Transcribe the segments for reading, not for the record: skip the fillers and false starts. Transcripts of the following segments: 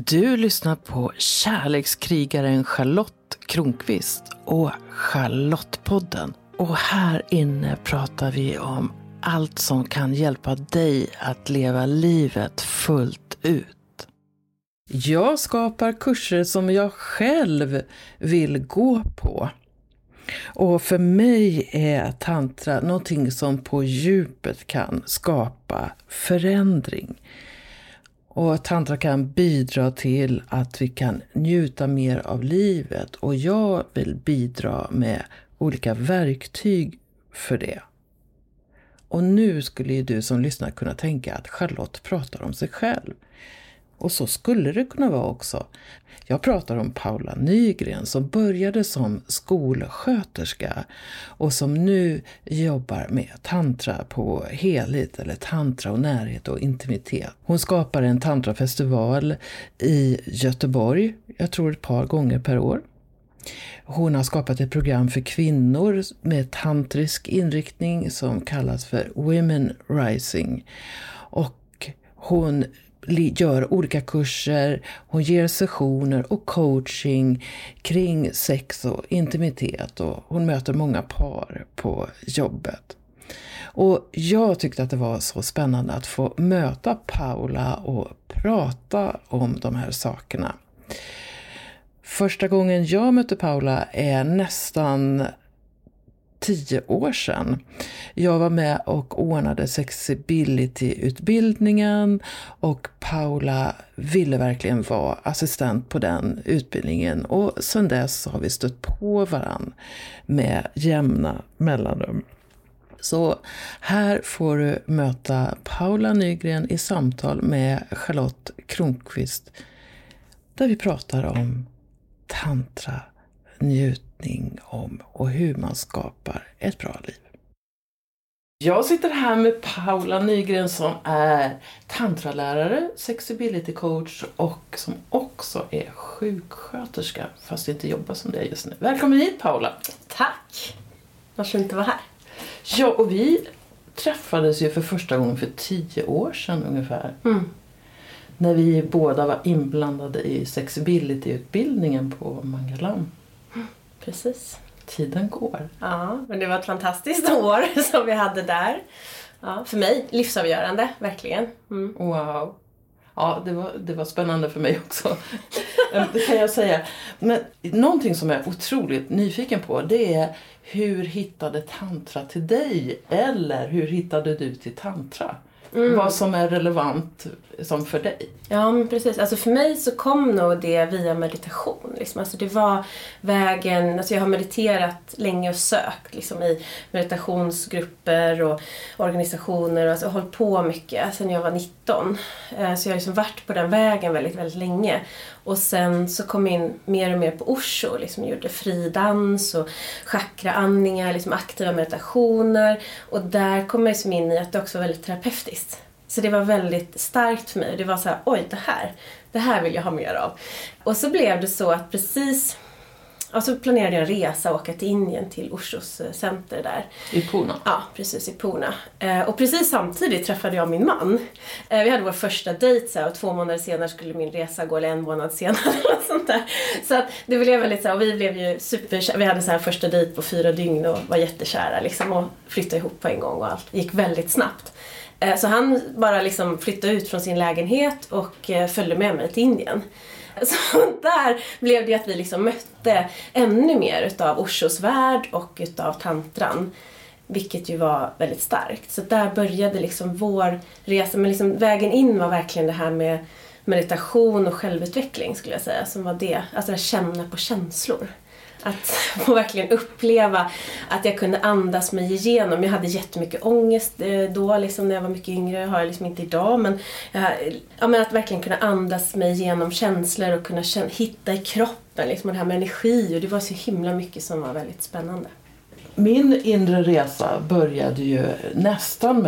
Du lyssnar på kärlekskrigaren Charlotte Kronqvist och Charlottepodden. Och här inne pratar vi om allt som kan hjälpa dig att leva livet fullt ut. Jag skapar kurser som jag själv vill gå på. Och för mig är tantra någonting som på djupet kan skapa förändring. Och tantra kan bidra till att vi kan njuta mer av livet. Och jag vill bidra med olika verktyg för det. Och nu skulle ju du som lyssnar kunna tänka att Charlotte pratar om sig själv. Och så skulle det kunna vara också. Jag pratar om Paula Nygren som började som skolsköterska och som nu jobbar med tantra på helhet, eller tantra och närhet och intimitet. Hon skapar en tantrafestival i Göteborg, jag tror ett par gånger per år. Hon har skapat ett program för kvinnor med tantrisk inriktning som kallas för Women Rising. Och hon gör olika kurser, hon ger sessioner och coaching kring sex och intimitet, och hon möter många par på jobbet. Och jag tyckte att det var så spännande att få möta Paula och prata om de här sakerna. Första gången jag mötte Paula är nästan 10 år sedan. Jag var med och ordnade Sexability-utbildningen och Paula ville verkligen vara assistent på den utbildningen, och sedan dess har vi stött på varann med jämna mellanrum. Så här får du möta Paula Nygren i samtal med Charlotte Kronqvist där vi pratar om tantra, njutning om och hur man skapar ett bra liv. Jag sitter här med Paula Nygren som är tantralärare, sexability coach och som också är sjuksköterska fast inte jobbar som det just nu. Välkommen hit, Paula. Tack. Vad fint att vara här. Ja, och vi träffades ju för första gången för 10 år sedan ungefär. När vi båda var inblandade i sexability-utbildningen på Mangalam. Precis. Tiden går. Ja, men det var ett fantastiskt år som vi hade där. Ja, för mig, livsavgörande, verkligen. Wow. Ja, det var spännande för mig också. Det kan jag säga. Men någonting som jag är otroligt nyfiken på, det är hur hittade tantra till dig? Eller hur hittade du till tantra? Vad som är relevant som för dig. Ja, men precis. Alltså för mig så kom nog det via meditation. Liksom. Alltså det var vägen, alltså jag har mediterat länge och sökt liksom, i meditationsgrupper och organisationer. Och alltså, hållit på mycket sedan jag var 19. Så jag har liksom varit på den vägen väldigt, väldigt länge. Och sen så kom jag in mer och mer på Osho. Liksom gjorde fridans och chakraandningar, liksom aktiva meditationer. Och där kom jag liksom in i att det också var väldigt terapeutiskt. Så det var väldigt starkt för mig. Det var så här, oj, det här vill jag ha mer av. Och så blev det så att precis... Och så planerade jag en resa och åka till Indien, till Oshos center där. I Pune? Ja, precis i Pune. Och precis samtidigt träffade jag min man. Vi hade vår första dejt så här, och 2 månader senare skulle min resa gå, eller 1 månad senare. Och sånt där. Så att det blev väldigt så här, och vi blev ju superkära. Vi hade så här första dejt på 4 dygn och var jättekära liksom, och flyttade ihop på en gång och allt gick väldigt snabbt. Så han bara liksom flyttade ut från sin lägenhet och följde med mig till Indien. Så där blev det att vi liksom mötte ännu mer utav Oshos värld och utav tantran. Vilket ju var väldigt starkt. Så där började liksom vår resa. Men liksom vägen in var verkligen det här med meditation och självutveckling skulle jag säga. Som var det, alltså att känna på känslor. Att få verkligen uppleva att jag kunde andas mig igenom. Jag hade jättemycket ångest då liksom, när jag var mycket yngre. Jag har liksom inte idag. Men att verkligen kunna andas mig igenom känslor och kunna hitta i kroppen liksom, det här med energi. Och det var så himla mycket som var väldigt spännande. Min inre resa började ju nästan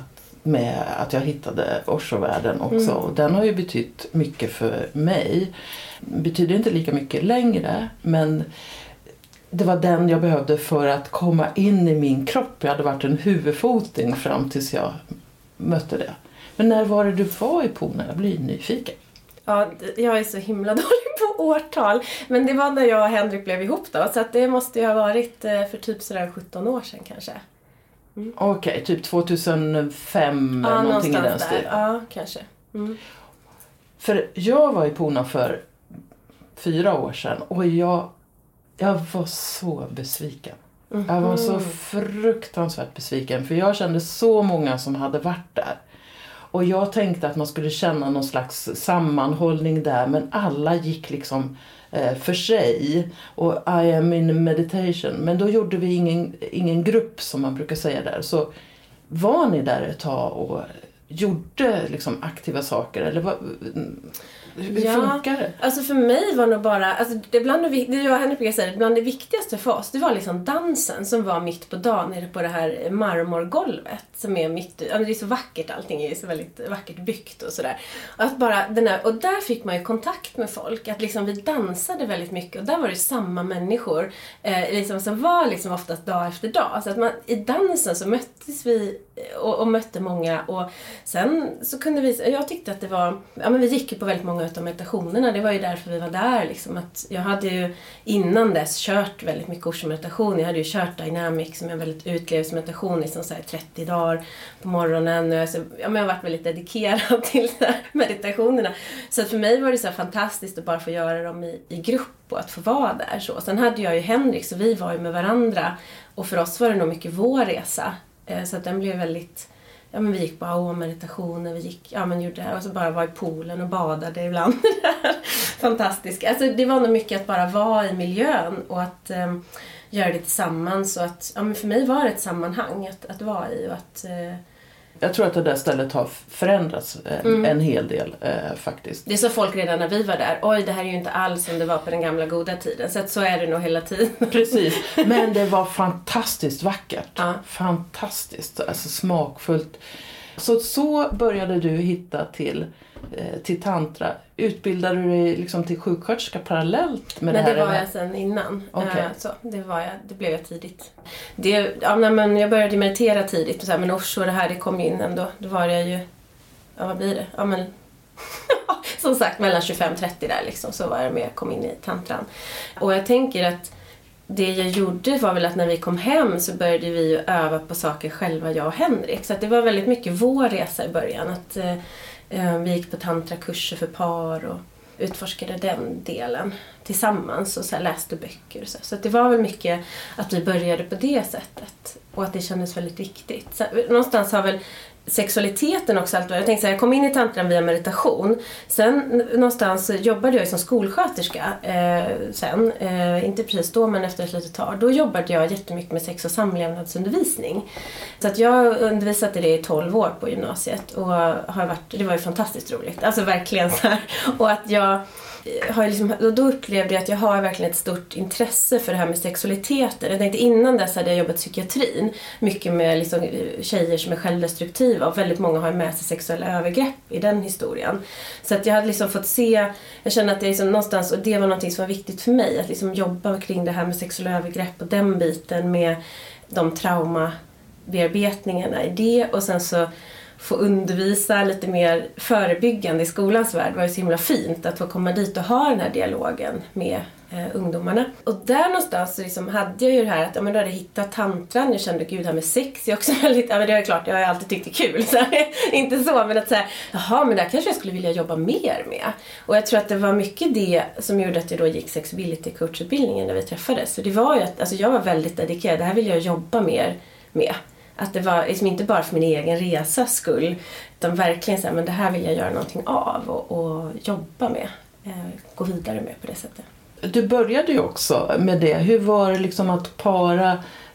med att jag hittade Osho-världen också. Och den har ju betytt mycket för mig. Betyder inte lika mycket längre, men det var den jag behövde för att komma in i min kropp. Jag hade varit en huvudfoting fram tills jag mötte det. Men när var det du var i Pune? Jag blir nyfiken. Ja, jag är så himla dålig på årtal. Men det var när jag och Henrik blev ihop då. Så att det måste ju ha varit för typ sådär 17 år sedan kanske. Okej, typ 2005 eller någonting i den stilen. Ja, kanske. För jag var i Pona för 4 år sedan och jag var så besviken. Jag var så fruktansvärt besviken för jag kände så många som hade varit där. Och jag tänkte att man skulle känna någon slags sammanhållning där, men alla gick liksom för sig. Och I am in meditation. Men då gjorde vi ingen grupp som man brukar säga där. Så var ni där ett tag och gjorde liksom aktiva saker? Eller hur funkar det? Alltså för mig var nog bara, alltså det jag Henrik brukar säga, bland det viktigaste för oss, det var liksom dansen som var mitt på dagen nere på det här marmorgolvet som är mitt, det är så vackert, allting är så väldigt vackert byggt och sådär. Att bara och där fick man ju kontakt med folk, att liksom vi dansade väldigt mycket och där var det samma människor liksom, som var liksom oftast dag efter dag. Så att i dansen så möttes vi och mötte många och sen så kunde jag tyckte att det var, men vi gick ju på väldigt många utav meditationerna, det var ju därför vi var där liksom, att jag hade ju innan dess kört väldigt mycket Osho-meditation, jag hade ju kört Dynamic som är en väldigt utlevelsesmeditation liksom så här 30 dagar på morgonen och jag har varit väldigt dedikerad till meditationerna, så att för mig var det så här fantastiskt att bara få göra dem i grupp och att få vara där så. Sen hade jag ju Henrik så vi var ju med varandra och för oss var det nog mycket vår resa, så att den blev väldigt, vi gick på meditationer, vi gick, gjorde det här och så bara var i poolen och badade ibland. Fantastiskt. Alltså det var nog mycket att bara vara i miljön och att göra det tillsammans och att, för mig var det ett sammanhang att vara i och att jag tror att det där stället har förändrats en hel del faktiskt. Det är så folk redan när vi var där. Oj, det här är ju inte alls som det var på den gamla goda tiden. Så att så är det nog hela tiden. Precis, men det var fantastiskt vackert. Ja. Fantastiskt, alltså smakfullt. Så började du hitta till tantra. Utbildade du dig liksom till sjuksköterska parallellt med det här? Nej, det var jag sen innan. Okay. Så det blev jag tidigt. Men jag började meditera tidigt. Och så här, men Osho, det här kom in ändå. Då var jag ju, vad blir det? Som sagt, mellan 25-30 där liksom, så var jag med, kom in i tantran. Och jag tänker att det jag gjorde var väl att när vi kom hem så började vi öva på saker själva, jag och Henrik. Så att det var väldigt mycket vår resa i början. Att vi gick på tantrakurser för par och utforskade den delen tillsammans och så här läste böcker. Så att det var väl mycket att vi började på det sättet och att det kändes väldigt viktigt. Så någonstans har väl sexualiteten också allt. Jag tänkte så här, jag kom in i tantran via meditation. Sen någonstans jobbade jag som skolsköterska sen. Inte precis då, men efter ett litet tag. Då jobbade jag jättemycket med sex- och samlevnadsundervisning. Så att jag undervisade det i 12 år på gymnasiet. Och det var ju fantastiskt roligt. Alltså verkligen så här. Och att jag har liksom, då upplevde jag att jag har verkligen ett stort intresse för det här med sexualiteten. Jag tänkte innan dess hade jag jobbat i psykiatrin. Mycket med liksom tjejer som är självdestruktiva. Och väldigt många har med sig sexuella övergrepp i den historien. Så att jag hade liksom fått se, jag kände att det liksom någonstans, och det var någonting som var viktigt för mig. Att liksom jobba kring det här med sexuella övergrepp och den biten med de traumabearbetningarna i det. Och sen så få undervisa lite mer förebyggande i skolans värld var ju så himla fint att få komma dit och ha den här dialogen med ungdomarna. Och där någonstans så liksom hade jag ju det här att då hade jag hittat tantran. Jag kände, gud, det här med sex är också väldigt, men det är klart, jag har alltid tyckt det är kul. Så inte så, men att säga, men där kanske jag skulle vilja jobba mer med. Och jag tror att det var mycket det som gjorde att jag då gick sexability coachutbildningen när vi träffades. Så det var ju att, alltså jag var väldigt dedikerad, det här vill jag jobba mer med. Att det var liksom inte bara för min egen resas skull, utan verkligen så här, men det här vill jag göra någonting av och jobba med, gå vidare med på det sättet. Du började ju också med det. Hur var det liksom att para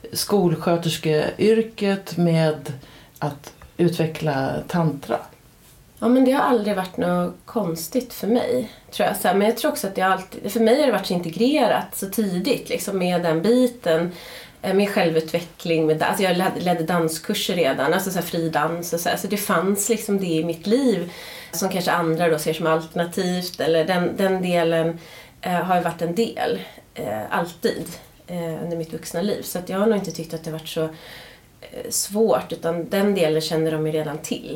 skolsköterskeyrket med att utveckla tantra? Ja, men det har aldrig varit något konstigt för mig, tror jag. Så här, men jag tror också att det alltid, för mig har det varit så integrerat så tidigt liksom, med den biten. Med självutveckling, alltså jag ledde danskurser redan, alltså så här fridans och så här. Så det fanns liksom det i mitt liv som kanske andra då ser som alternativt, eller den delen har ju varit en del alltid under mitt vuxna liv. Så att jag har nog inte tyckt att det varit så svårt, utan den delen känner de ju redan till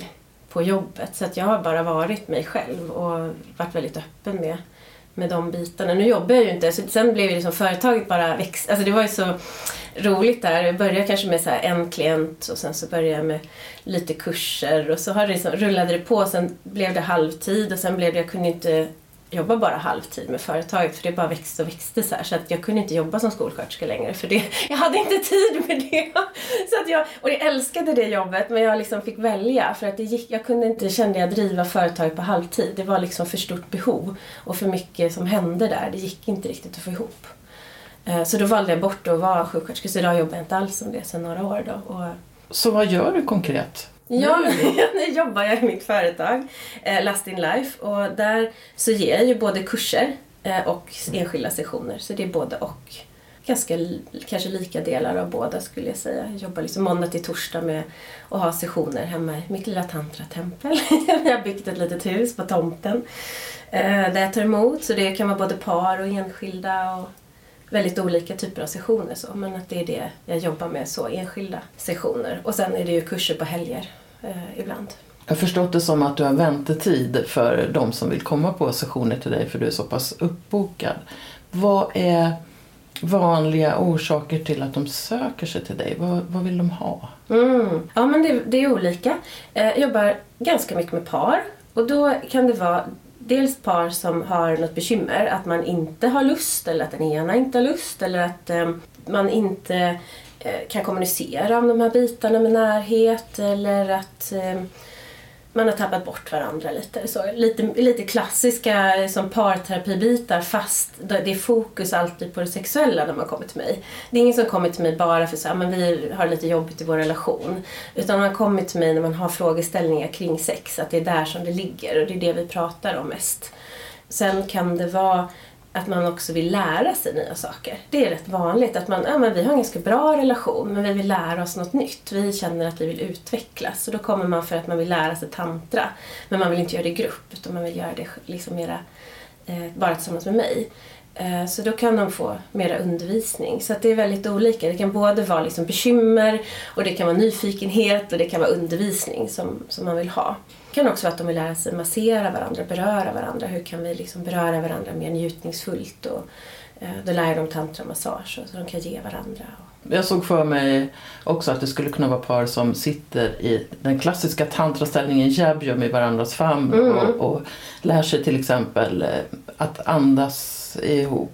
på jobbet. Så att jag har bara varit mig själv och varit väldigt öppen med de bitarna. Nu jobbar jag ju inte, så sen blev liksom företaget bara växt. Alltså det var ju så roligt där. Jag började kanske med så här en klient och sen så började jag med lite kurser och så har det liksom, rullade det på. Sen blev det halvtid och sen blev det, jag kunde inte jobba bara halvtid med företaget för det bara växte och växte så här. Så att jag kunde inte jobba som skolsköterska längre för det, jag hade inte tid med det. Så att jag älskade det jobbet men jag liksom fick välja för att det gick, jag kunde inte, kände jag, driva företaget på halvtid. Det var liksom för stort behov och för mycket som hände där. Det gick inte riktigt att få ihop. Så då valde jag bort att vara sjuksköterska så idag jobbar jag inte alls som det sedan några år då. Och... Så vad gör du konkret? Ja, nu jobbar jag i mitt företag, Last in Life, och där så ger jag ju både kurser och enskilda sessioner, så det är både och. Ganska kanske lika delar av båda skulle jag säga. Jag jobbar liksom måndag till torsdag med att ha sessioner hemma i mitt lilla tantratempel. Jag har byggt ett litet hus på tomten där jag tar emot, så det kan vara både par och enskilda och väldigt olika typer av sessioner så, men att det är det jag jobbar med, så enskilda sessioner. Och sen är det ju kurser på helger ibland. Jag har förstått det som att du har väntetid för de som vill komma på sessioner till dig för du är så pass uppbokad. Vad är vanliga orsaker till att de söker sig till dig? Vad vill de ha? Ja, men det är olika. Jag jobbar ganska mycket med par och då kan det vara dels par som har något bekymmer, att man inte har lust eller att den ena inte har lust eller att man inte kan kommunicera om de här bitarna med närhet eller att man har tappat bort varandra lite. Så lite klassiska som parterapibitar fast det är fokus alltid på det sexuella när man kommer till mig. Det är ingen som kommer till mig bara för att men vi har lite jobbigt i vår relation. Utan man kommer till mig när man har frågeställningar kring sex. Att det är där som det ligger och det är det vi pratar om mest. Sen kan det vara att man också vill lära sig nya saker. Det är rätt vanligt att men vi har en ganska bra relation men vi vill lära oss något nytt. Vi känner att vi vill utvecklas. Så då kommer man för att man vill lära sig tantra. Men man vill inte göra det i grupp utan man vill göra det liksom mera, bara tillsammans med mig. Så då kan de få mera undervisning. Så att det är väldigt olika. Det kan både vara liksom bekymmer och det kan vara nyfikenhet och det kan vara undervisning som man vill ha. Det kan också vara att de vill lära sig massera varandra, beröra varandra. Hur kan vi liksom beröra varandra mer njutningsfullt? Och då lär de tantramassage så de kan ge varandra. Jag såg för mig också att det skulle kunna vara par som sitter i den klassiska tantraställningen jab-jom i varandras famn och lär sig till exempel att andas ihop.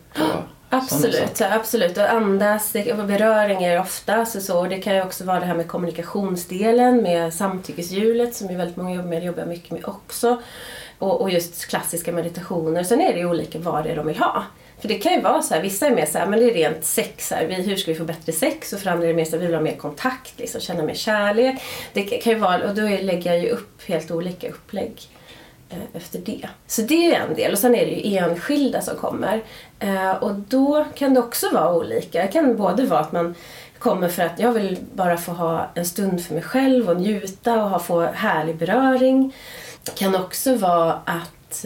Absolut. Och andas och beröring är ofta så. Det kan ju också vara det här med kommunikationsdelen med samtyckeshjulet som ju väldigt många jobbar mycket med också. Och just klassiska meditationer. Sen är det ju olika vad det är de vill ha. För det kan ju vara så här, vissa är mer så här, men det är rent sex här. Hur ska vi få bättre sex? Och för andra är det mer så här, vi vill ha mer kontakt, liksom, känna mer kärlek. Det kan ju vara, och då lägger jag ju upp helt olika upplägg efter det. Så det är en del. Och sen är det ju enskilda som kommer. Och då kan det också vara olika. Det kan både vara att man kommer för att jag vill bara få ha en stund för mig själv och njuta och få härlig beröring. Det kan också vara att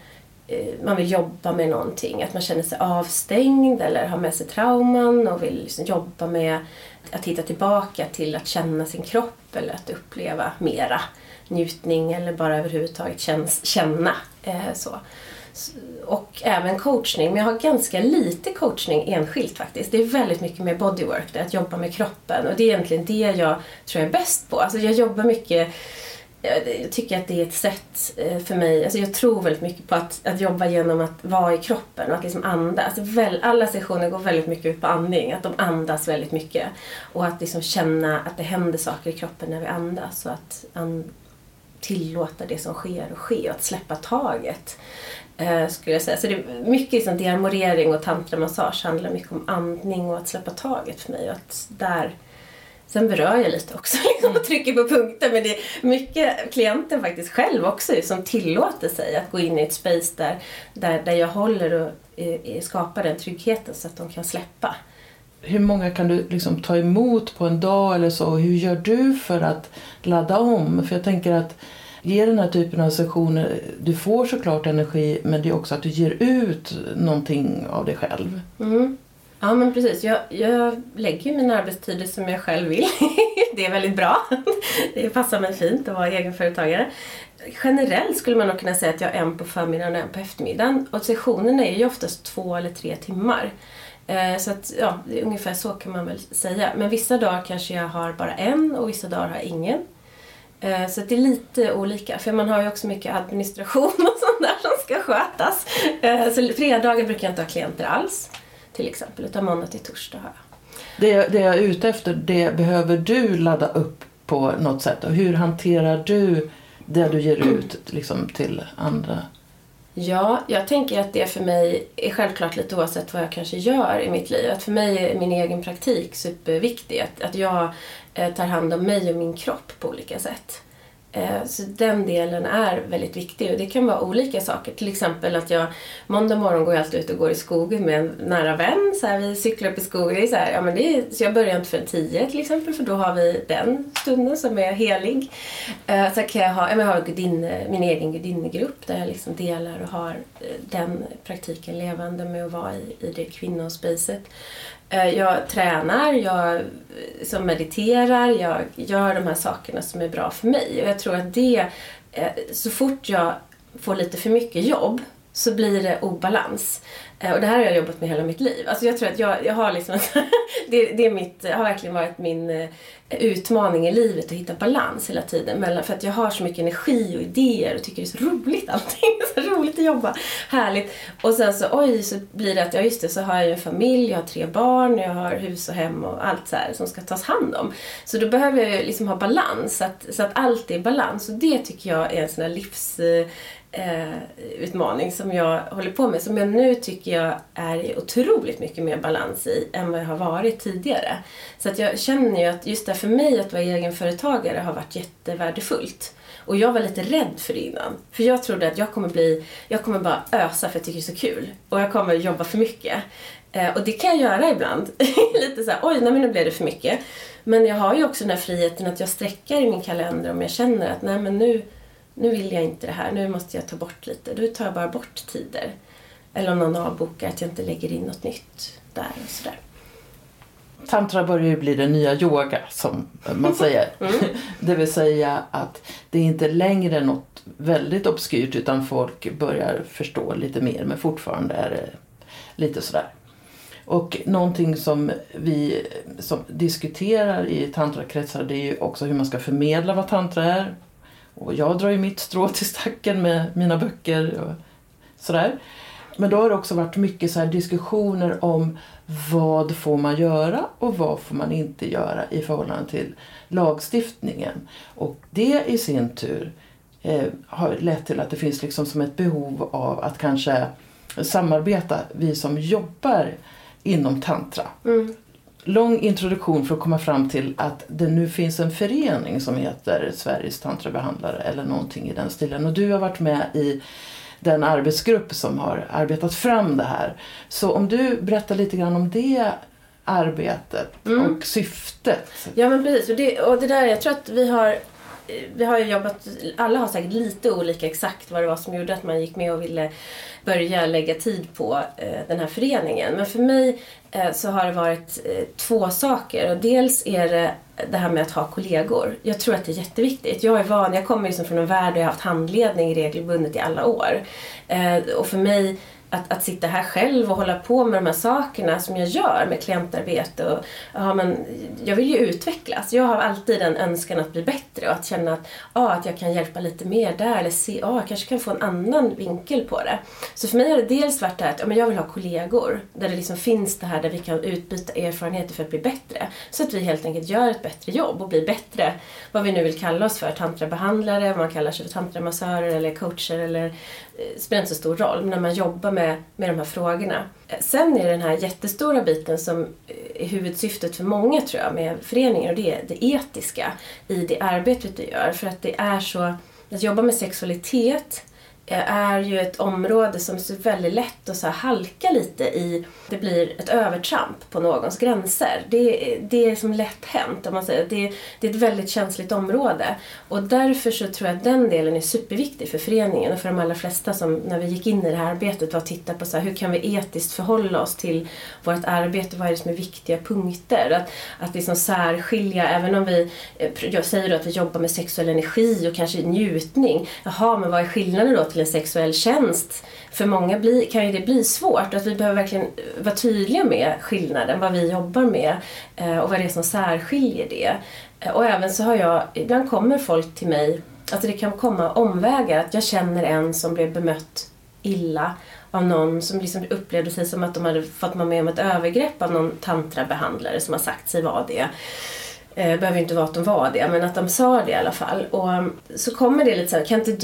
man vill jobba med någonting. Att man känner sig avstängd eller har med sig trauman och vill liksom jobba med att hitta tillbaka till att känna sin kropp eller att uppleva mera njutning eller bara överhuvudtaget känna så. Och även coachning. Men jag har ganska lite coachning enskilt faktiskt. Det är väldigt mycket mer bodywork, det att jobba med kroppen. Och det är egentligen det jag tror jag är bäst på. Alltså jag jobbar mycket. Jag tycker att det är ett sätt för mig. Alltså jag tror väldigt mycket på att jobba genom att vara i kroppen och att liksom andas. Alltså alla sessioner går väldigt mycket ut på andning. Att de andas väldigt mycket. Och att liksom känna att det händer saker i kroppen när vi andas. Och att tillåta det som sker och ske och att släppa taget skulle jag säga. Så det är mycket liksom dearmorering och tantramassage handlar mycket om andning och att släppa taget för mig och att där sen berör jag lite också liksom, och trycker på punkter, men det är mycket klienter faktiskt själv också som tillåter sig att gå in i ett space där jag håller och skapar den tryggheten så att de kan släppa. Hur många kan du liksom ta emot på en dag eller så? Hur gör du för att ladda om? För jag tänker att ge den här typen av sessioner, du får såklart energi, men det är också att du ger ut någonting av dig själv. Ja, men precis. Jag lägger mina arbetstider som jag själv vill. Det är väldigt bra. Det passar mig fint att vara egenföretagare. Generellt skulle man nog kunna säga att jag är en på förmiddagen och en på eftermiddagen. Och sessionerna är ju oftast 2 eller 3 timmar. Så att, ja, ungefär så kan man väl säga. Men vissa dagar kanske jag har bara en och vissa dagar har jag ingen. Så att det är lite olika. För man har ju också mycket administration och sånt där som ska skötas. Så fredagar brukar jag inte ha klienter alls. Till exempel, utan måndag till torsdag har jag. Det jag är ute efter, det behöver du ladda upp på något sätt. Och hur hanterar du det du ger ut liksom, till andra? Ja, jag tänker att det för mig är självklart lite oavsett vad jag kanske gör i mitt liv. Att för mig är min egen praktik superviktig. Att jag tar hand om mig och min kropp på olika sätt. Så den delen är väldigt viktig och det kan vara olika saker. Till exempel att jag måndag morgon går jag alltid ut och går i skogen med en nära vän. Så här, vi cyklar upp i skogen. Det är så här, ja, men så jag börjar inte förrän 10 till exempel, för då har vi den stunden som är helig. Så kan jag har min egen gudinnegrupp där jag liksom delar och har den praktiken levande med att vara i det kvinnospacet. Jag tränar, jag som mediterar, jag gör de här sakerna som är bra för mig. Och jag tror att det, så fort jag får lite för mycket jobb så blir det obalans. Och det här har jag jobbat med hela mitt liv. Alltså jag tror att jag har liksom, det har verkligen varit min utmaning i livet att hitta balans hela tiden. För att jag har så mycket energi och idéer och tycker det är så roligt allting. Så roligt att jobba, härligt. Och sen så blir det att, ja just det, så har jag en familj, jag har 3 barn, jag har hus och hem och allt så här som ska tas hand om. Så då behöver jag liksom ha balans, så att allt är i balans. Och det tycker jag är en sån här utmaning som jag håller på med, som jag nu tycker jag är otroligt mycket mer balans i än vad jag har varit tidigare. Så att jag känner ju att just det för mig att vara egenföretagare har varit jättevärdefullt. Och jag var lite rädd för det innan. För jag trodde att jag kommer bara ösa för att jag tycker det är så kul. Och jag kommer jobba för mycket. Och det kan jag göra ibland. Lite så här, men nu blev det för mycket. Men jag har ju också den här friheten att jag sträcker i min kalender om jag känner att nej men nu vill jag inte det här. Nu måste jag ta bort lite. Då tar jag bara bort tider. Eller om någon avbokar att jag inte lägger in något nytt där och sådär. Tantra börjar ju bli den nya yoga som man säger. Det vill säga att det är inte längre något väldigt obskyrt utan folk börjar förstå lite mer. Men fortfarande är det lite sådär. Och någonting som vi som diskuterar i tantrakretsar, det är ju också hur man ska förmedla vad tantra är. Och jag drar ju mitt strå till stacken med mina böcker och sådär. Men då har det också varit mycket så här diskussioner om vad får man göra och vad får man inte göra i förhållande till lagstiftningen. Och det i sin tur har lett till att det finns liksom som ett behov av att kanske samarbeta, vi som jobbar inom tantra. Lång introduktion för att komma fram till att det nu finns en förening som heter Sveriges tantrabehandlare eller någonting i den stilen. Och du har varit med i den arbetsgrupp som har arbetat fram det här. Så om du berättar lite grann om det arbetet och syftet. Ja men precis, och det där, jag tror att vi har ju jobbat, alla har säkert lite olika exakt vad det var som gjorde att man gick med och ville börja lägga tid på den här föreningen. Men för mig så har det varit 2 saker. Och dels är det här med att ha kollegor. Jag tror att det är jätteviktigt. Jag kommer ju från en värld där jag har haft handledning regelbundet i alla år. Och för mig att sitta här själv och hålla på med de här sakerna som jag gör med klientarbete. Och, jag vill ju utvecklas. Jag har alltid en önskan att bli bättre och att känna att jag kan hjälpa lite mer där. Eller jag kanske kan få en annan vinkel på det. Så för mig har det dels varit det här att jag vill ha kollegor. Där det liksom finns det här där vi kan utbyta erfarenheter för att bli bättre. Så att vi helt enkelt gör ett bättre jobb och blir bättre. Vad vi nu vill kalla oss för. Tantrabehandlare, vad man kallar sig för tantramassörer eller coacher. Eller spelar inte så stor roll. Men när man jobbar med de här frågorna. Sen är den här jättestora biten som är huvudsyftet för många tror jag med föreningar, och det är det etiska i det arbetet du gör. För att det är så, att jobba med sexualitet är ju ett område som är väldigt lätt att så här halka lite i. Det blir ett övertramp på någons gränser. Det är som lätt hänt om man säger. Det är ett väldigt känsligt område. Och därför så tror jag att den delen är superviktig för föreningen och för de allra flesta som när vi gick in i det här arbetet var att titta på så här, hur kan vi etiskt förhålla oss till vårt arbete, vad är det som är viktiga punkter. Att liksom särskilja, även om jag säger då att vi jobbar med sexuell energi och kanske njutning. Jaha, men vad är skillnaden då till en sexuell tjänst? För många kan ju det bli svårt. Att vi behöver verkligen vara tydliga med skillnaden, vad vi jobbar med och vad det är som särskiljer det. Och även så ibland kommer folk till mig, alltså det kan komma omvägar att jag känner en som blev bemött illa av någon som liksom upplevde sig som att de hade fått med om ett övergrepp av någon tantrabehandlare som har sagt sig vara det. Behöver inte vara att de var det, men att de sa det i alla fall. Och så kommer det lite så här, kan inte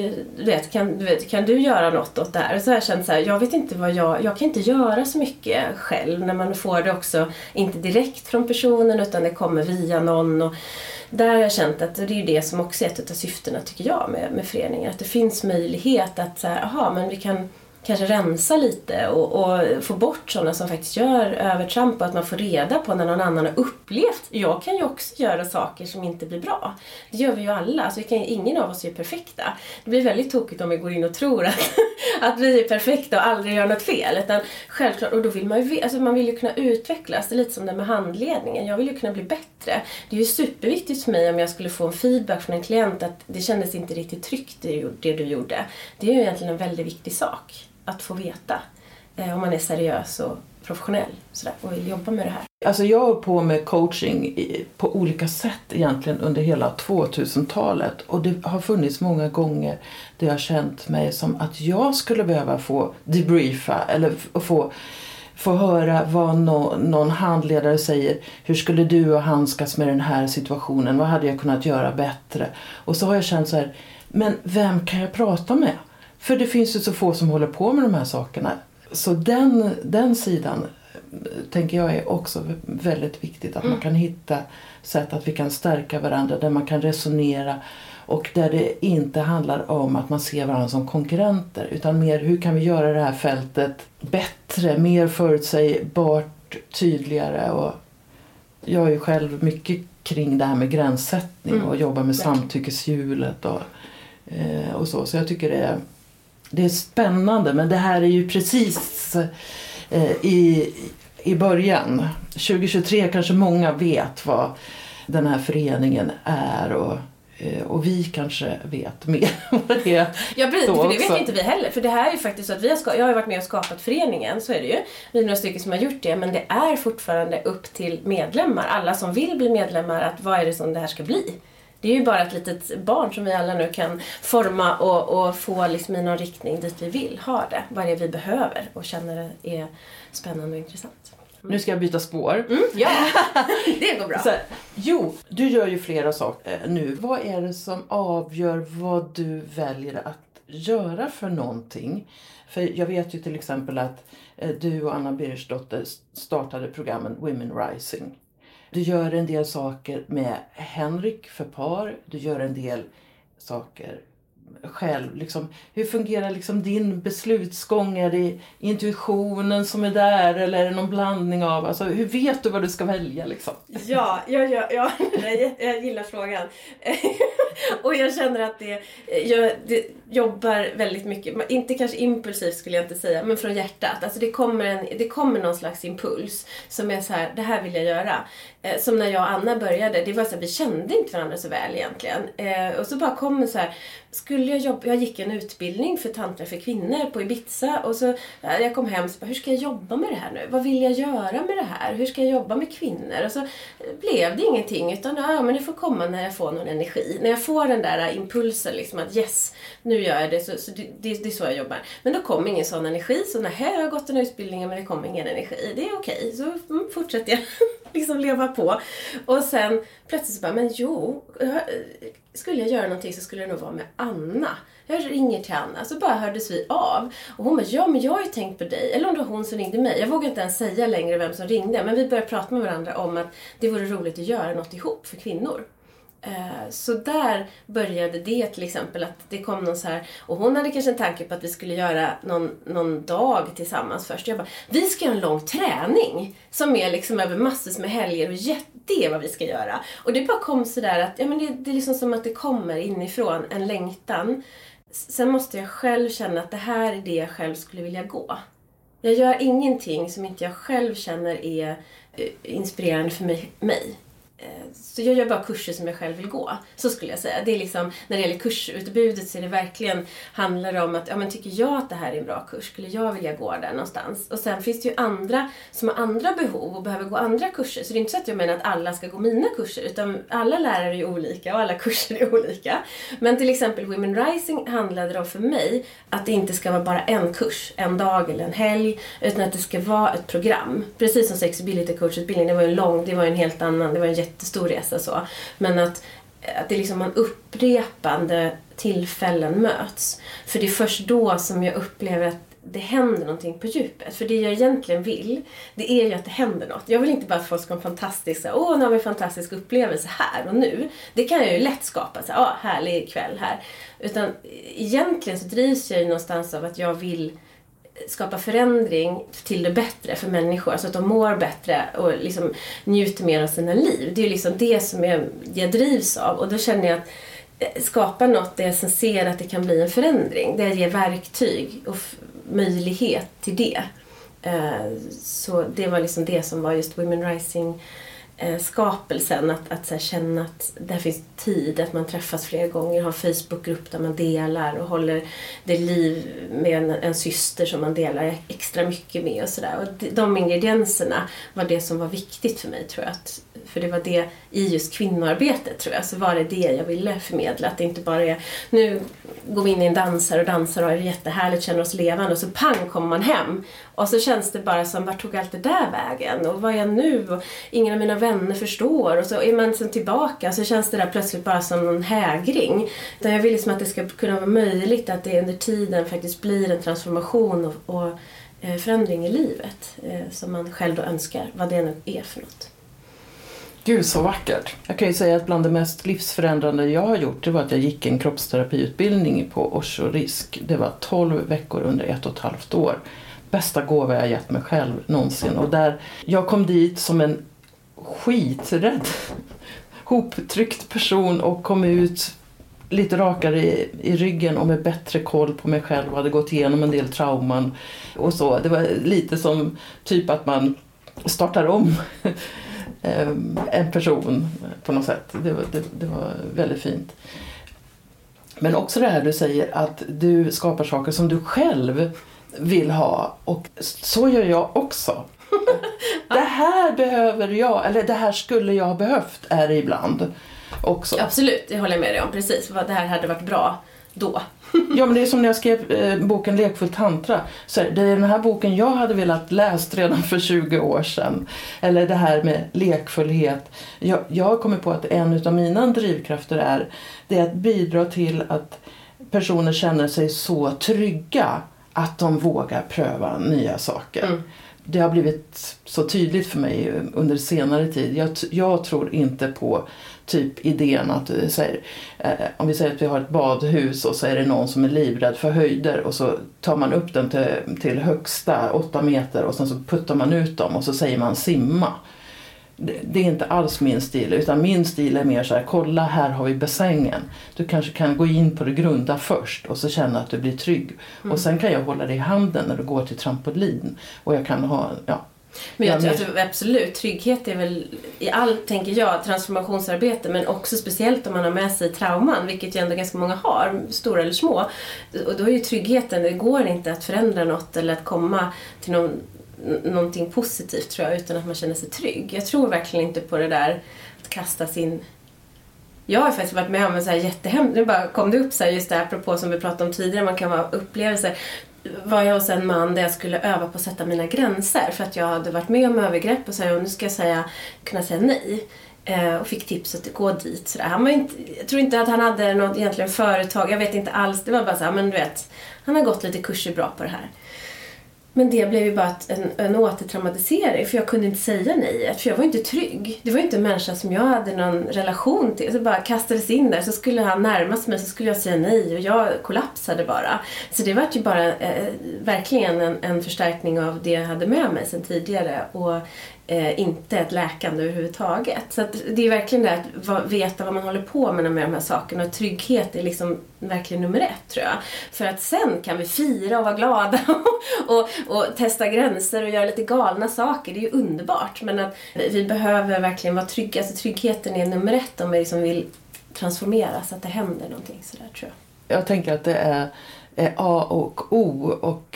kan du göra något åt det här? Och så har jag känt så här, jag vet inte jag kan inte göra så mycket själv när man får det också, inte direkt från personen utan det kommer via någon. Och där har jag känt att det är det som också är ett av syftena tycker jag med föreningen. Att det finns möjlighet att så här, men vi kan kanske rensa lite och få bort sådana som faktiskt gör övertramp och att man får reda på när någon annan har upplevt. Jag kan ju också göra saker som inte blir bra. Det gör vi ju alla. Alltså ingen av oss är perfekta. Det blir väldigt tokigt om vi går in och tror att vi är perfekta och aldrig gör något fel. Utan självklart, och då vill man vill ju kunna utvecklas. Det är lite som det med handledningen. Jag vill ju kunna bli bättre. Det är ju superviktigt för mig om jag skulle få en feedback från en klient att det kändes inte riktigt tryggt det du gjorde. Det är ju egentligen en väldigt viktig sak att få veta om man är seriös och professionell sådär, och vill jobba med det här. Alltså jag har på med coaching på olika sätt egentligen under hela 2000-talet och det har funnits många gånger där jag har känt mig som att jag skulle behöva få debriefa eller få höra vad någon handledare säger. Hur skulle du och handskas med den här situationen? Vad hade jag kunnat göra bättre? Och så har jag känt så här, men vem kan jag prata med? För det finns ju så få som håller på med de här sakerna. Så den sidan tänker jag är också väldigt viktigt. Att man kan hitta sätt att vi kan stärka varandra. Där man kan resonera. Och där det inte handlar om att man ser varandra som konkurrenter. Utan mer hur kan vi göra det här fältet bättre. Mer förutsägbart, tydligare. Och jag är ju själv mycket kring det här med gränssättning. Och jobbar med samtyckeshjulet och så. Så jag tycker det är spännande, men det här är ju precis i början. 2023 kanske många vet vad den här föreningen är och vi kanske vet mer vad det är. Ja, precis, för det vet inte vi heller. För det här är ju faktiskt så att jag har varit med och skapat föreningen, så är det ju. Vi är några stycken som har gjort det, men det är fortfarande upp till medlemmar. Alla som vill bli medlemmar, att vad är det som det här ska bli? Det är ju bara ett litet barn som vi alla nu kan forma och få liksom i någon riktning dit vi vill ha det. Vad är det vi behöver och känner det är spännande och intressant. Nu ska jag byta spår. Ja, det går bra. Du gör ju flera saker nu. Vad är det som avgör vad du väljer att göra för någonting? För jag vet ju till exempel att du och Anna Birgersdotter startade programmen Women Rising. Du gör en del saker med Henrik för par. Du gör en del saker själv. Liksom, hur fungerar liksom din beslutsgång? Är det intuitionen som är där? Eller är det någon blandning av? Alltså, hur vet du vad du ska välja? Liksom? Ja. Jag gillar frågan. Och jag känner att det jobbar väldigt mycket. Inte kanske impulsivt skulle jag inte säga. Men från hjärtat. Alltså det kommer någon slags impuls. Som är så här, det här vill jag göra. Som när jag och Anna började. Det var så här, vi kände inte varandra så väl egentligen. Och så bara kom så här. Jag gick en utbildning för tantra för kvinnor på Ibiza. Och så jag kom hem och bara, hur ska jag jobba med det här nu? Vad vill jag göra med det här? Hur ska jag jobba med kvinnor? Och så blev det ingenting. Utan men det får komma när jag får någon energi. När jag får den där impulsen liksom att yes, nu gör jag det. Så det är så jag jobbar. Men då kom ingen sån energi. Så när jag har gått den här utbildningen men det kom ingen energi. Det är okej. Så fortsätter jag liksom leva på. Och sen plötsligt så bara, men skulle jag göra någonting så skulle det nog vara med Anna. Jag ringer till Anna, så bara hördes vi av. Och hon bara, men jag har ju tänkt på dig. Eller om det var hon som ringde mig. Jag vågar inte ens säga längre vem som ringde. Men vi började prata med varandra om att det vore roligt att göra något ihop för kvinnor. Så där började det till exempel, att det kom någon så här, och hon hade kanske en tanke på att vi skulle göra någon dag tillsammans först. Jag bara, vi ska göra en lång träning som är liksom över massor med helger och det är vad vi ska göra. Och det bara kom så där att det är liksom som att det kommer inifrån en längtan. Sen måste jag själv känna att det här är det jag själv skulle vilja gå. Jag gör ingenting som inte jag själv känner är inspirerande för mig. Så jag gör bara kurser som jag själv vill gå. Så skulle jag säga. Det är liksom, när det gäller kursutbudet så är det verkligen, handlar om att, tycker jag att det här är en bra kurs? Skulle jag vilja gå där någonstans? Och sen finns det ju andra som har andra behov och behöver gå andra kurser. Så det är inte så att jag menar att alla ska gå mina kurser. Utan alla lärare är olika och alla kurser är olika. Men till exempel Women Rising handlade om för mig att det inte ska vara bara en kurs, en dag eller en helg. Utan att det ska vara ett program. Precis som Sexability coachutbildning. Det var en helt annan, det var en jättestor resa så. Men att det är liksom man upprepande tillfällen möts. För det är först då som jag upplever att det händer någonting på djupet. För det jag egentligen vill, det är ju att det händer något. Jag vill inte bara att folk ska ha en fantastisk, nu har vi en fantastisk upplevelse här och nu. Det kan jag ju lätt skapa, härlig kväll här. Utan egentligen så drivs jag ju någonstans av att jag vill skapa förändring till det bättre för människor, så att de mår bättre och liksom njuter mer av sina liv. Det är ju liksom det som jag drivs av, och då känner jag att skapa något där jag sen ser att det kan bli en förändring, där jag ger verktyg och möjlighet till det. Så det var liksom det som var just Women Rising skapelsen, att så här, känna att det finns tid, att man träffas flera gånger, har en Facebookgrupp där man delar och håller det liv med en syster som man delar extra mycket med och sådär. Och de ingredienserna var det som var viktigt för mig, tror jag. För det var det i just kvinnoarbetet, tror jag, så var det jag ville förmedla. Att det inte bara är, nu går vi in i en dansar och är det jättehärligt, känner oss levande, och så pang kommer man hem. Och så känns det bara som, vart tog allt det där vägen? Och vad är jag nu? Och ingen av mina vänner förstår. Och så är man sen tillbaka, så känns det där plötsligt bara som någon hägring. Utan jag vill liksom att det ska kunna vara möjligt att det under tiden faktiskt blir en transformation och förändring i livet. Som man själv då önskar, vad det nu är för något. Gud, så vackert. Jag kan ju säga att bland det mest livsförändrande jag har gjort, det var att jag gick en kroppsterapiutbildning på Osho Risk. Det var 12 veckor under 1,5 år. Bästa gåva jag gett mig själv någonsin. Och där jag kom dit som en skiträdd, hoptryckt person och kom ut lite rakare i ryggen och med bättre koll på mig själv och hade gått igenom en del trauman och så. Det var lite som typ att man startar om en person på något sätt. Det var väldigt fint. Men också det här du säger, att du skapar saker som du själv vill ha, och så gör jag också. Det här behöver jag, eller det här skulle jag ha behövt, är det ibland också. Absolut, det håller jag med dig om, precis. Det här hade varit bra då. Ja, men det är som när jag skrev boken Lekfull Tantra. Så det är den här boken jag hade velat läst redan för 20 år sedan. Eller det här med lekfullhet. Jag har kommit på att en av mina drivkrafter det är att bidra till att personer känner sig så trygga att de vågar pröva nya saker. Mm. Det har blivit så tydligt för mig under senare tid. Jag tror inte på typ idén att om vi säger att vi har ett badhus och så är det någon som är livrädd för höjder och så tar man upp den till högsta 8 meter och sen så puttar man ut dem och så säger man simma. Det är inte alls min stil, utan min stil är mer så här: kolla, här har vi bassängen. Du kanske kan gå in på det grunda först och så känna att du blir trygg. Och sen kan jag hålla dig i handen när du går till trampolin. Och jag kan ha, Men jag tror absolut, trygghet är väl i allt, tänker jag, transformationsarbete, men också speciellt om man har med sig trauman, vilket ju ändå ganska många har, stora eller små. Och då är ju tryggheten, det går inte att förändra något eller att komma till någonting positivt, tror jag, utan att man känner sig trygg. Jag tror verkligen inte på det där att kastas in. Jag har faktiskt varit med om en så här jättehemskt, nu bara kom det upp så här, just det här apropå som vi pratade om tidigare, man kan vara upplevelser. Var jag hos en man där jag skulle öva på att sätta mina gränser, för att jag hade varit med om övergrepp och nu ska jag kunna säga nej. Och fick tipset att gå dit. Så där. Jag tror inte att han hade något egentligen företag, jag vet inte alls, det var bara så här, men du vet, han har gått lite kurser bra på det här. Men det blev ju bara en återtraumatisering, för jag kunde inte säga nej, för jag var inte trygg. Det var inte en människa som jag hade någon relation till. Så bara kastades in där, så skulle han närma mig, så skulle jag säga nej och jag kollapsade bara. Så det var ju bara verkligen en förstärkning av det jag hade med mig sedan tidigare och inte ett läkande överhuvudtaget. Så att det är verkligen det att veta vad man håller på med de här sakerna, och trygghet är liksom verkligen nummer 1, tror jag. För att sen kan vi fira och vara glada och testa gränser och göra lite galna saker. Det är ju underbart, men att vi behöver verkligen vara trygga. Alltså tryggheten är nummer 1 om vi liksom vill transformera så att det händer någonting sådär, tror jag. Jag tänker att det är A och O, och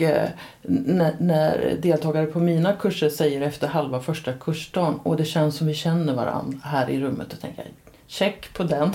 när deltagare på mina kurser säger efter halva första kursdagen, och det känns som vi känner varandra här i rummet, och tänker jag, check på den.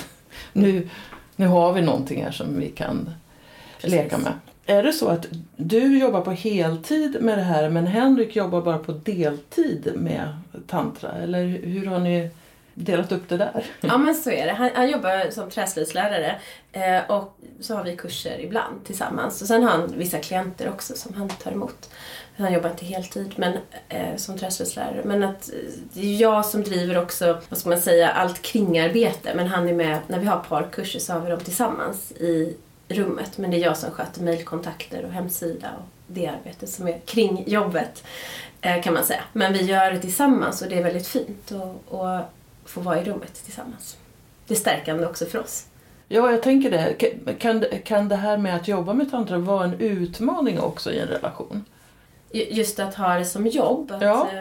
Nu har vi någonting här som vi kan leka med. Är det så att du jobbar på heltid med det här, men Henrik jobbar bara på deltid med tantra? Eller hur har ni delat upp det där? Ja, men så är det. Han jobbar som träslöjdslärare och så har vi kurser ibland tillsammans. Och sen har han vissa klienter också som han tar emot. Han jobbar inte heltid men som träslöjdslärare. Men att det är jag som driver också, vad ska man säga, allt kringarbete. Men han är med, när vi har parkurser så har vi dem tillsammans i rummet. Men det är jag som sköter mejlkontakter och hemsida och det arbetet som är kring jobbet, kan man säga. Men vi gör det tillsammans och det är väldigt fint och få vara i rummet tillsammans. Det är stärkande också för oss. Ja, jag tänker det. Kan det här med att jobba med tantra vara en utmaning också i en relation? Just att ha det som jobb. Att, ja.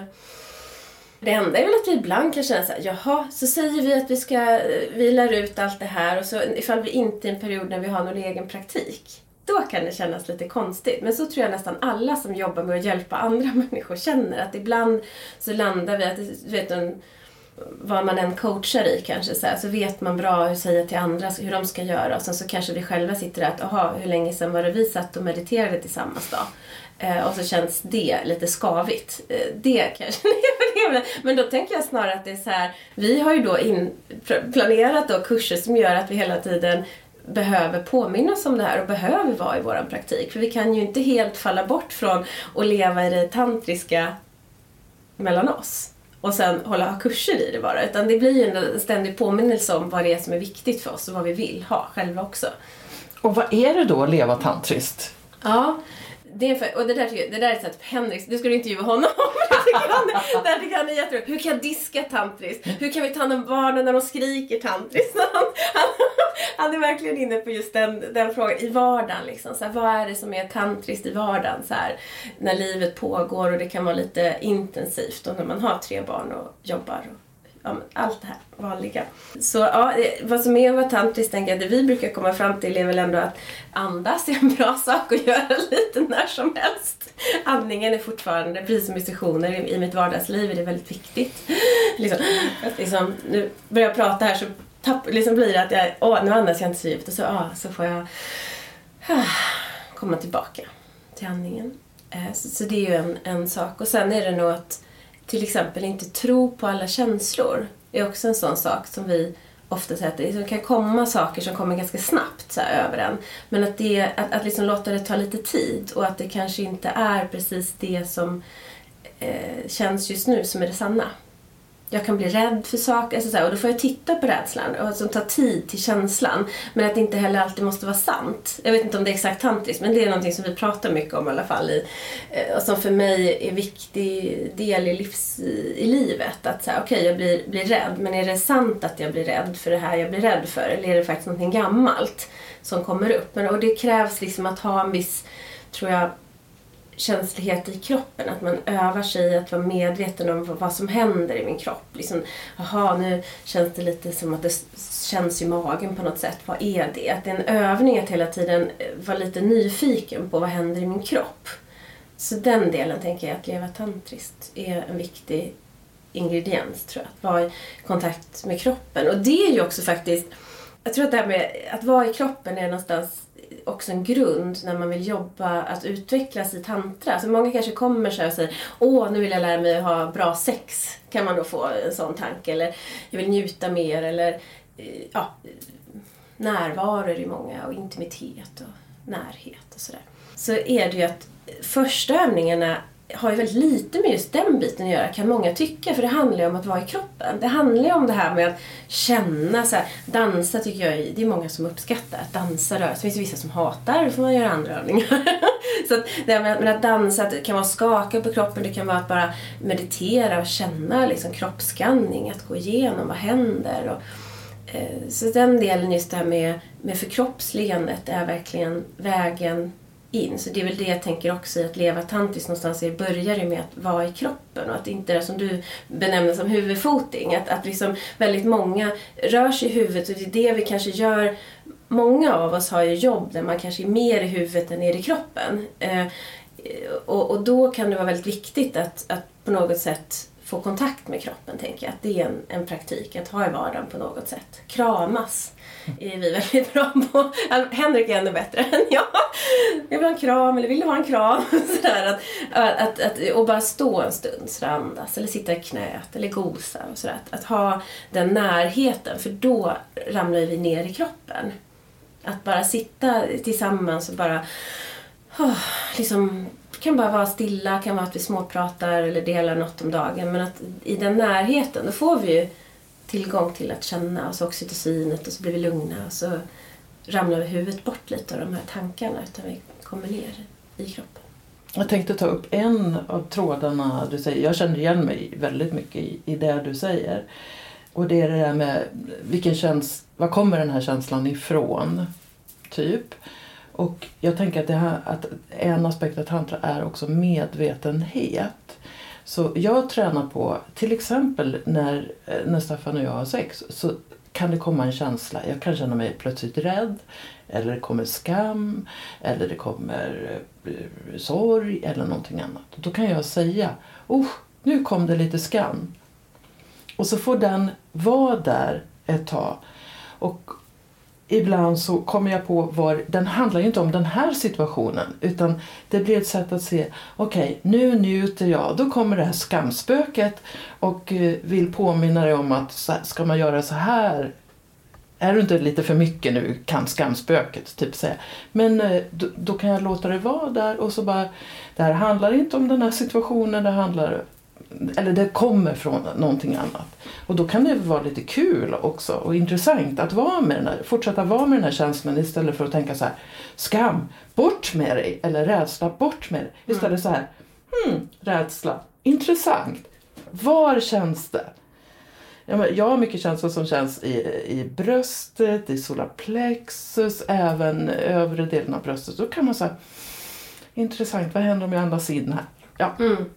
Det enda är väl att vi ibland kan känna så här, jaha, så säger vi att vi lär ut allt det här, och så ifall vi inte i en period när vi har någon egen praktik, då kan det kännas lite konstigt. Men så tror jag nästan alla som jobbar med att hjälpa andra människor känner, att ibland så landar vi att vad man än coachar i kanske så vet man bra hur säga till andra hur de ska göra, och sen så kanske vi själva sitter där att hur länge sedan var det vi satt och mediterade tillsammans då? Och så känns det lite skavigt. Det kanske är. Men då tänker jag snarare att det är så här, vi har ju då planerat då kurser som gör att vi hela tiden behöver påminna oss om det här och behöver vara i våran praktik. För vi kan ju inte helt falla bort från att leva i det tantriska mellan oss och sen ha kurser i det bara. Utan det blir ju en ständig påminnelse om vad det är som är viktigt för oss och vad vi vill ha själva också. Och vad är det då att leva tantriskt? Ja, det där är så att Henrik, du skulle intervjua honom. Det tycker han är jätteroligt. Hur kan jag diska tantriskt? Hur kan vi ta hand om barnen när de skriker tantriskt? Han är verkligen inne på just den frågan i vardagen. Liksom. Så här, vad är det som är tantriskt i vardagen? Så här, när livet pågår och det kan vara lite intensivt. Och när man har 3 barn och jobbar och allt det här vanliga. Så ja, vad som är att vara tantriskt, tänker jag, det vi brukar komma fram till är väl ändå att andas är en bra sak att göra lite när som helst. Andningen är fortfarande, precis som i sessioner i mitt vardagsliv, är det väldigt viktigt. Liksom, nu börjar jag prata här så blir det att nu andas jag inte så djupt, och så får jag komma tillbaka till andningen. Så det är ju en sak. Och sen är det nog att till exempel inte tro på alla känslor. Det är också en sån sak som vi ofta säger, att det kan komma saker som kommer ganska snabbt så här, över en. Men att liksom låta det ta lite tid, och att det kanske inte är precis det som känns just nu som är det sanna. Jag kan bli rädd för saker, alltså så här, och då får jag titta på rädslan och alltså ta tid till känslan, men att det inte heller alltid måste vara sant. Jag vet inte om det är exakt tantriskt, men det är någonting som vi pratar mycket om i alla fall och som för mig är viktig del i livet, att säga okej, jag blir rädd, men är det sant att jag blir rädd för det här jag blir rädd för, eller är det faktiskt någonting gammalt som kommer upp? Och det krävs liksom att ha en viss, tror jag, känslighet i kroppen, att man övar sig att vara medveten om vad som händer i min kropp. Liksom, nu känns det lite som att det känns i magen på något sätt. Vad är det? Att det är en övning att hela tiden vara lite nyfiken på vad händer i min kropp. Så den delen tänker jag, att leva tantriskt är en viktig ingrediens, tror jag. Att vara i kontakt med kroppen. Och det är ju också faktiskt, jag tror att det här med att vara i kroppen är någonstans också en grund när man vill jobba att utvecklas i tantra. Så många kanske kommer så här och säger, nu vill jag lära mig att ha bra sex. Kan man då få en sån tanke? Eller jag vill njuta mer, eller närvaro i många, och intimitet och närhet och sådär. så är det ju att första övningarna har ju väldigt lite med just den biten att göra, kan många tycka, för det handlar ju om att vara i kroppen. Det handlar ju om det här med att känna så här, dansa tycker jag, det är många som uppskattar att dansa, röra. Det finns vissa som hatar, då får man göra andra övningar. Så att det här med att dansa, att det kan vara skaka på kroppen, det kan vara att bara meditera och känna liksom kroppsskanning, att gå igenom vad händer. Och, så den delen, just det här med förkroppsligandet är verkligen vägen in. Så det är väl det jag tänker också i att leva tantiskt någonstans. Det börjar ju med att vara i kroppen och att inte det som du benämner som huvudfoting. Att liksom väldigt många rör sig i huvudet och det är det vi kanske gör. Många av oss har ju jobb där man kanske är mer i huvudet än nere i kroppen. Och då kan det vara väldigt viktigt att på något sätt få kontakt med kroppen, tänker jag. Att det är en praktik att ha i vardagen på något sätt. Kramas är vi väldigt bra på. Henrik är ännu bättre än jag. Jag vill ha en kram, eller vill du ha en kram? Sådär, och bara stå en stund, så andas, eller sitta i knät, eller gosa. Och sådär. Att ha den närheten, för då ramlar vi ner i kroppen. Att bara sitta tillsammans och bara liksom, kan bara vara stilla, kan vara att vi småpratar eller delar något om dagen. Men att i den närheten, då får vi ju tillgång till att känna, och så oxytocinet, och så blir vi lugna, och så ramlar vi huvudet bort lite av de här tankarna, utan vi kommer ner i kroppen. Jag tänkte ta upp en av trådarna du säger. Jag känner igen mig väldigt mycket i det du säger. Och det är det där med var kommer den här känslan ifrån? Typ. Och jag tänker att en aspekt av tantra är också medvetenhet. Så jag tränar på, till exempel när Staffan och jag har sex, så kan det komma en känsla. Jag kan känna mig plötsligt rädd, eller det kommer skam, eller det kommer sorg eller någonting annat. Då kan jag säga, nu kom det lite skam. Och så får den vara där ett tag. Och ibland så kommer jag på den handlar ju inte om den här situationen, utan det blir ett sätt att se, okej, nu njuter jag. Då kommer det här skamspöket och vill påminna dig om att ska man göra så här, är du inte lite för mycket nu, kan skamspöket typ säga. Men då kan jag låta det vara där, och så bara, det här handlar inte om den här situationen, det kommer från någonting annat. Och då kan det vara lite kul också och intressant att fortsätta vara med den här känslan, istället för att tänka så här, skam, bort med dig, eller rädsla, bort med dig. Istället så här, rädsla, intressant. Var känns det? Jag har mycket känslor som känns i bröstet, i solarplexus, även övre delen av bröstet. Då kan man säga, intressant, vad händer om jag andas in här? Ja,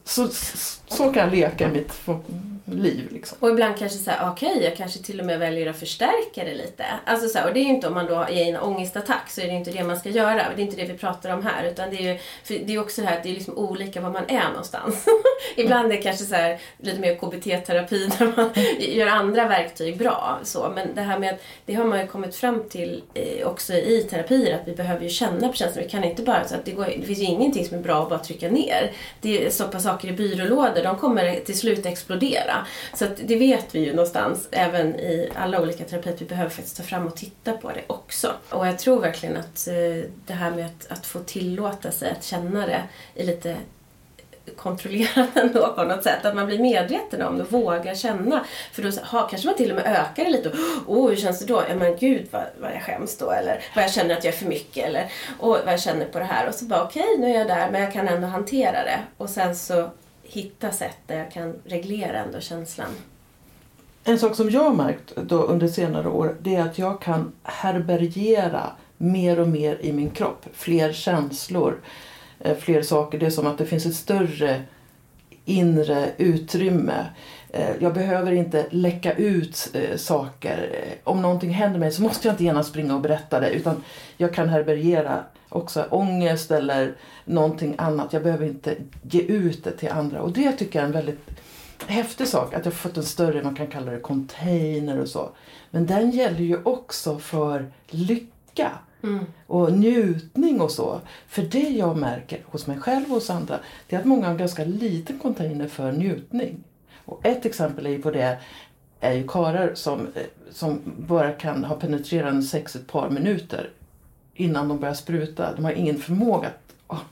så kan jag leka i mitt liv liksom. Och ibland kanske säga, jag kanske till och med väljer att förstärka det lite. Alltså så här, och det är ju inte, om man då är i en ångestattack, så är det inte det man ska göra. Det är inte det vi pratar om här, utan det är ju, för det är också det här att det är liksom olika var man är någonstans. Ibland är det kanske så här, lite mer KBT-terapi där man gör andra verktyg bra. Så. Men det här med, det har man ju kommit fram till också i terapier, att vi behöver ju känna på känslan. Vi kan inte bara, så att det finns ju ingenting som är bra att bara trycka ner. Det är så pass saker i byrålådor, de kommer till slut explodera. Så att det vet vi ju någonstans, även i alla olika terapier, vi behöver faktiskt ta fram och titta på det också. Och jag tror verkligen att det här med att få tillåta sig att känna det är lite kontrollerat ändå på något sätt. Att man blir medveten om det och vågar känna. För då kanske man till och med ökar det lite. Hur känns det då? Ja men gud vad jag skäms då. Eller vad jag känner att jag är för mycket. Eller vad jag känner på det här. Och så bara okej, nu är jag där, men jag kan ändå hantera det. Och sen så hitta sätt där jag kan reglera ändå känslan. En sak som jag har märkt då under senare år, det är att jag kan härbärgera mer och mer i min kropp. Fler känslor, fler saker. Det är som att det finns ett större inre utrymme. Jag behöver inte läcka ut saker. Om någonting händer mig så måste jag inte gärna springa och berätta det, utan jag kan härbärgera också ångest eller någonting annat. Jag behöver inte ge ut det till andra. Och det tycker jag är en väldigt häftig sak. Att jag har fått en större, man kan kalla det container och så. Men den gäller ju också för lycka. Och njutning och så. För det jag märker hos mig själv och hos andra, det är att många har ganska liten container för njutning. Och ett exempel på det är ju karlar som bara kan ha penetrerande sex ett par minuter innan de börjar spruta. De har ingen förmåga att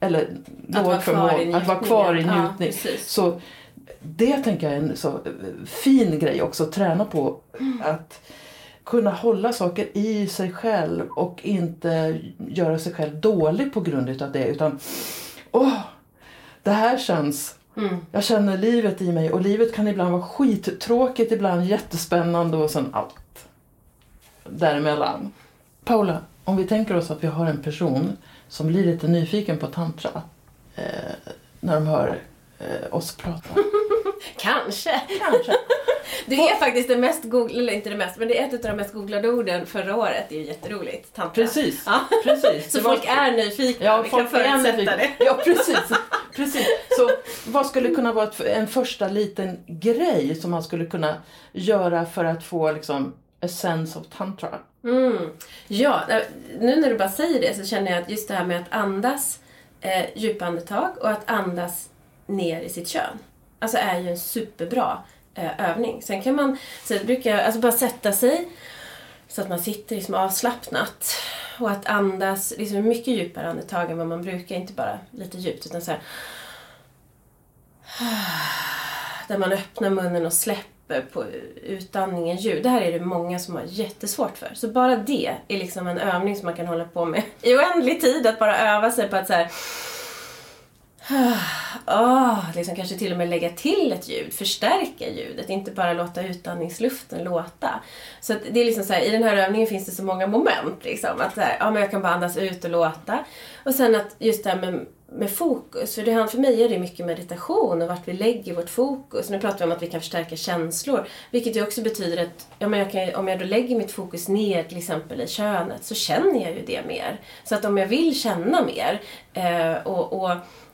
eller låg förmåga att vara kvar i njutning. Ja, så det tänker jag är en så fin grej också att träna på, att kunna hålla saker i sig själv och inte göra sig själv dålig på grund av det, utan det här känns, jag känner livet i mig, och livet kan ibland vara skittråkigt, ibland jättespännande och sen allt däremellan. Paula, om vi tänker oss att vi har en person som blir lite nyfiken på tantra när de hör oss prata. Kanske. Det är faktiskt det mest googlade, eller inte det mest, men det är ett av de mest googlade orden förra året. Det är ju jätteroligt. Tantra. Precis. Ja. Precis. Så folk är nyfikna. Ja, vi folk kan förutsätta det. Ja, precis. Så vad skulle kunna vara en första liten grej som man skulle kunna göra för att få liksom a sense of tantra? Ja, nu när du bara säger det så känner jag att just det här med att andas djupa andetag och att andas ner i sitt kön, alltså är ju en superbra övning. Sen kan man, så brukar jag bara sätta sig så att man sitter liksom avslappnat och att andas liksom mycket djupare andetag än vad man brukar, inte bara lite djupt utan så här, där man öppnar munnen och släpper på utandningen ljud. Det här är det många som har jättesvårt för. Så bara det är liksom en övning som man kan hålla på med i oändlig tid, att bara öva sig på att så här, liksom kanske till och med lägga till ett ljud, förstärka ljudet, inte bara låta utandningsluften låta. Så att det är liksom så här, i den här övningen finns det så många moment liksom, att så här, men jag kan bara andas ut och låta. Och sen att just det här med fokus, för mig är det mycket meditation och vart vi lägger vårt fokus. Nu pratar vi om att vi kan förstärka känslor, vilket ju också betyder att om jag då lägger mitt fokus ner till exempel i könet, så känner jag ju det mer. Så att om jag vill känna mer och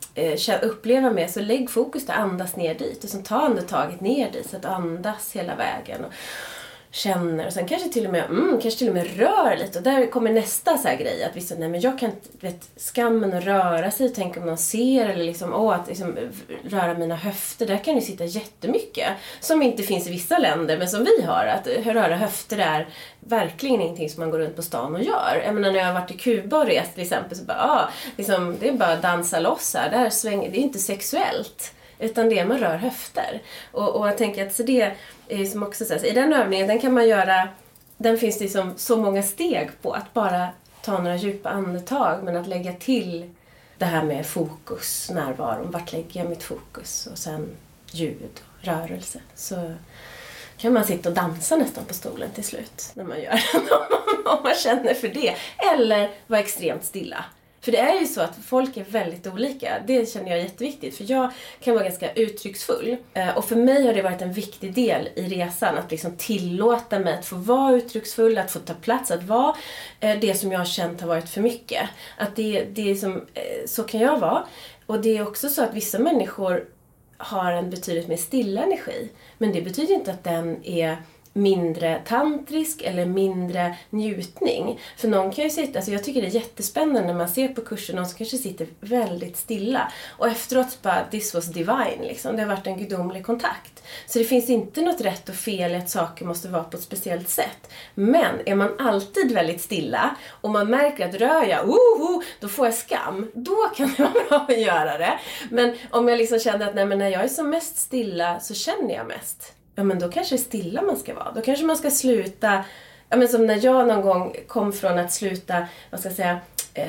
uppleva mer, så lägg fokus där, andas ner dit och sen ta andetaget ner dit, så att andas hela vägen och känner, och sen kanske till och med rör lite, och där kommer nästa så här grej, att vissa, nej men jag kan inte, skammen att röra sig, tänk om någon ser, eller liksom, att liksom, röra mina höfter, där kan ju sitta jättemycket som inte finns i vissa länder, men som vi har, att röra höfter är verkligen ingenting som man går runt på stan och gör. Jag menar, när jag har varit i Kuba och rest till exempel, så bara, liksom, det är bara att dansa loss här, där svänger, det är inte sexuellt, utan det är man rör höfter. Och jag tänker att så det är som också så här, i den övningen, den kan man göra, den finns det liksom så många steg på, att bara ta några djupa andetag, men att lägga till det här med fokus, närvaro, vart lägger jag mitt fokus, och sen ljud och rörelse. Så kan man sitta och dansa nästan på stolen till slut när man gör det, om man känner för det, eller vara extremt stilla. För det är ju så att folk är väldigt olika. Det känner jag är jätteviktigt. För jag kan vara ganska uttrycksfull. Och för mig har det varit en viktig del i resan. Att liksom tillåta mig att få vara uttrycksfull. Att få ta plats. Att vara det som jag har känt har varit för mycket. Att det är som, så kan jag vara. Och det är också så att vissa människor har en betydligt mer stilla energi. Men det betyder inte att den är mindre tantrisk eller mindre njutning. För någon kan ju sitta, alltså jag tycker det är jättespännande när man ser på kurser, någon som kanske sitter väldigt stilla och efteråt bara, this was divine liksom. Det har varit en gudomlig kontakt. Så det finns inte något rätt och fel i att saker måste vara på ett speciellt sätt. Men är man alltid väldigt stilla och man märker att rör jag, då får jag skam, då kan det vara bra att göra det. Men om jag liksom känner att nej, men när jag är som mest stilla så känner jag mest, ja men då kanske det är stilla man ska vara. Då kanske man ska sluta, ja men som när jag någon gång kom från att sluta, vad ska jag säga,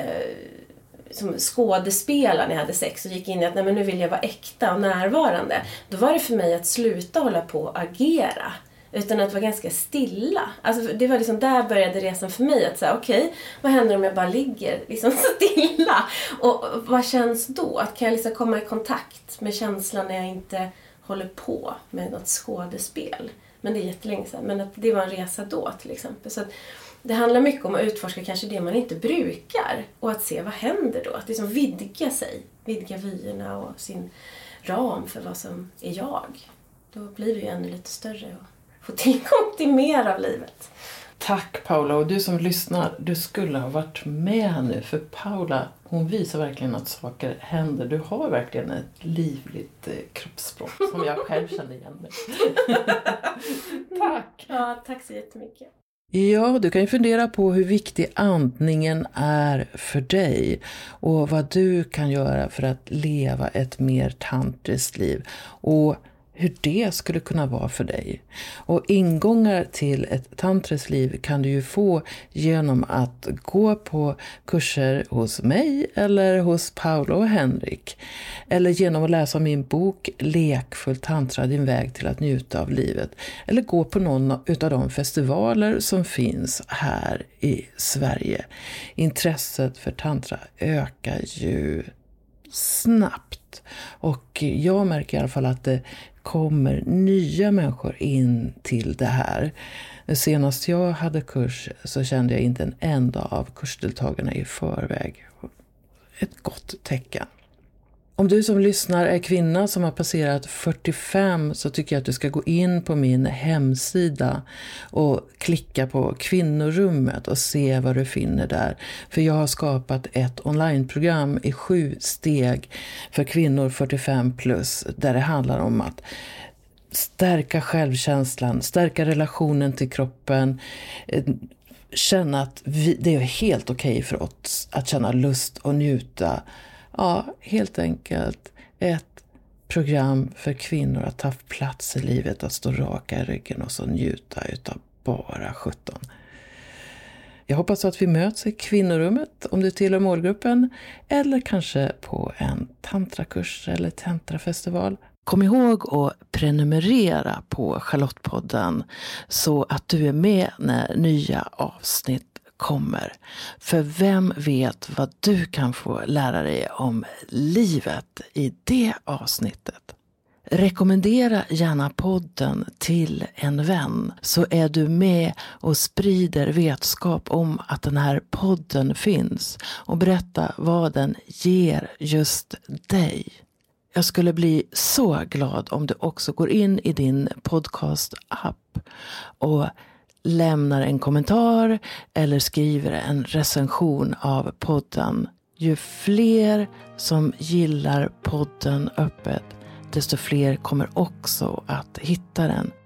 som skådespelare när jag hade sex, och gick in i att nej men nu vill jag vara äkta och närvarande. Då var det för mig att sluta hålla på och agera, utan att vara ganska stilla. Alltså det var liksom, där började resan för mig, att säga okej, vad händer om jag bara ligger liksom stilla? Och vad känns då? Att kan jag liksom komma i kontakt med känslan när jag inte håller på med något skådespel? Men det är jättelänge sedan. Men att det var en resa då till exempel. Så att det handlar mycket om att utforska kanske det man inte brukar. Och att se vad händer då. Att liksom vidga sig. Vidga vyerna och sin ram för vad som är jag. Då blir vi ju ännu lite större och får tillgång till mer av livet. Tack Paula, och du som lyssnar, du skulle ha varit med nu, för Paula, hon visar verkligen att saker händer. Du har verkligen ett livligt kroppsspråk som jag själv känner igen mig. Tack! Ja, tack så jättemycket. Ja, du kan ju fundera på hur viktig andningen är för dig och vad du kan göra för att leva ett mer tantriskt liv och hur det skulle kunna vara för dig. Och ingångar till ett tantriskt liv kan du ju få genom att gå på kurser hos mig eller hos Paolo och Henrik. Eller genom att läsa min bok Lekfull tantra, din väg till att njuta av livet. Eller gå på någon av de festivaler som finns här i Sverige. Intresset för tantra ökar ju snabbt. Och jag märker i alla fall att det kommer nya människor in till det här. Senast jag hade kurs så kände jag inte en enda av kursdeltagarna i förväg. Ett gott tecken. Om du som lyssnar är kvinna som har passerat 45 så tycker jag att du ska gå in på min hemsida och klicka på kvinnorummet och se vad du finner där. För jag har skapat ett onlineprogram i 7 steg för kvinnor 45 plus där det handlar om att stärka självkänslan, stärka relationen till kroppen, känna att det är helt okej för oss att känna lust och njuta. Ja, helt enkelt ett program för kvinnor att ta plats i livet, att stå raka i ryggen och så njuta utav bara 17. Jag hoppas att vi möts i kvinnorummet om du tillhör målgruppen eller kanske på en tantrakurs eller tantrafestival. Kom ihåg att prenumerera på Charlottepodden så att du är med när nya avsnitt kommer. För vem vet vad du kan få lära dig om livet i det avsnittet. Rekommendera gärna podden till en vän så är du med och sprider vetskap om att den här podden finns och berätta vad den ger just dig. Jag skulle bli så glad om du också går in i din podcast-app och lämnar en kommentar eller skriver en recension av podden. Ju fler som gillar podden öppet, desto fler kommer också att hitta den.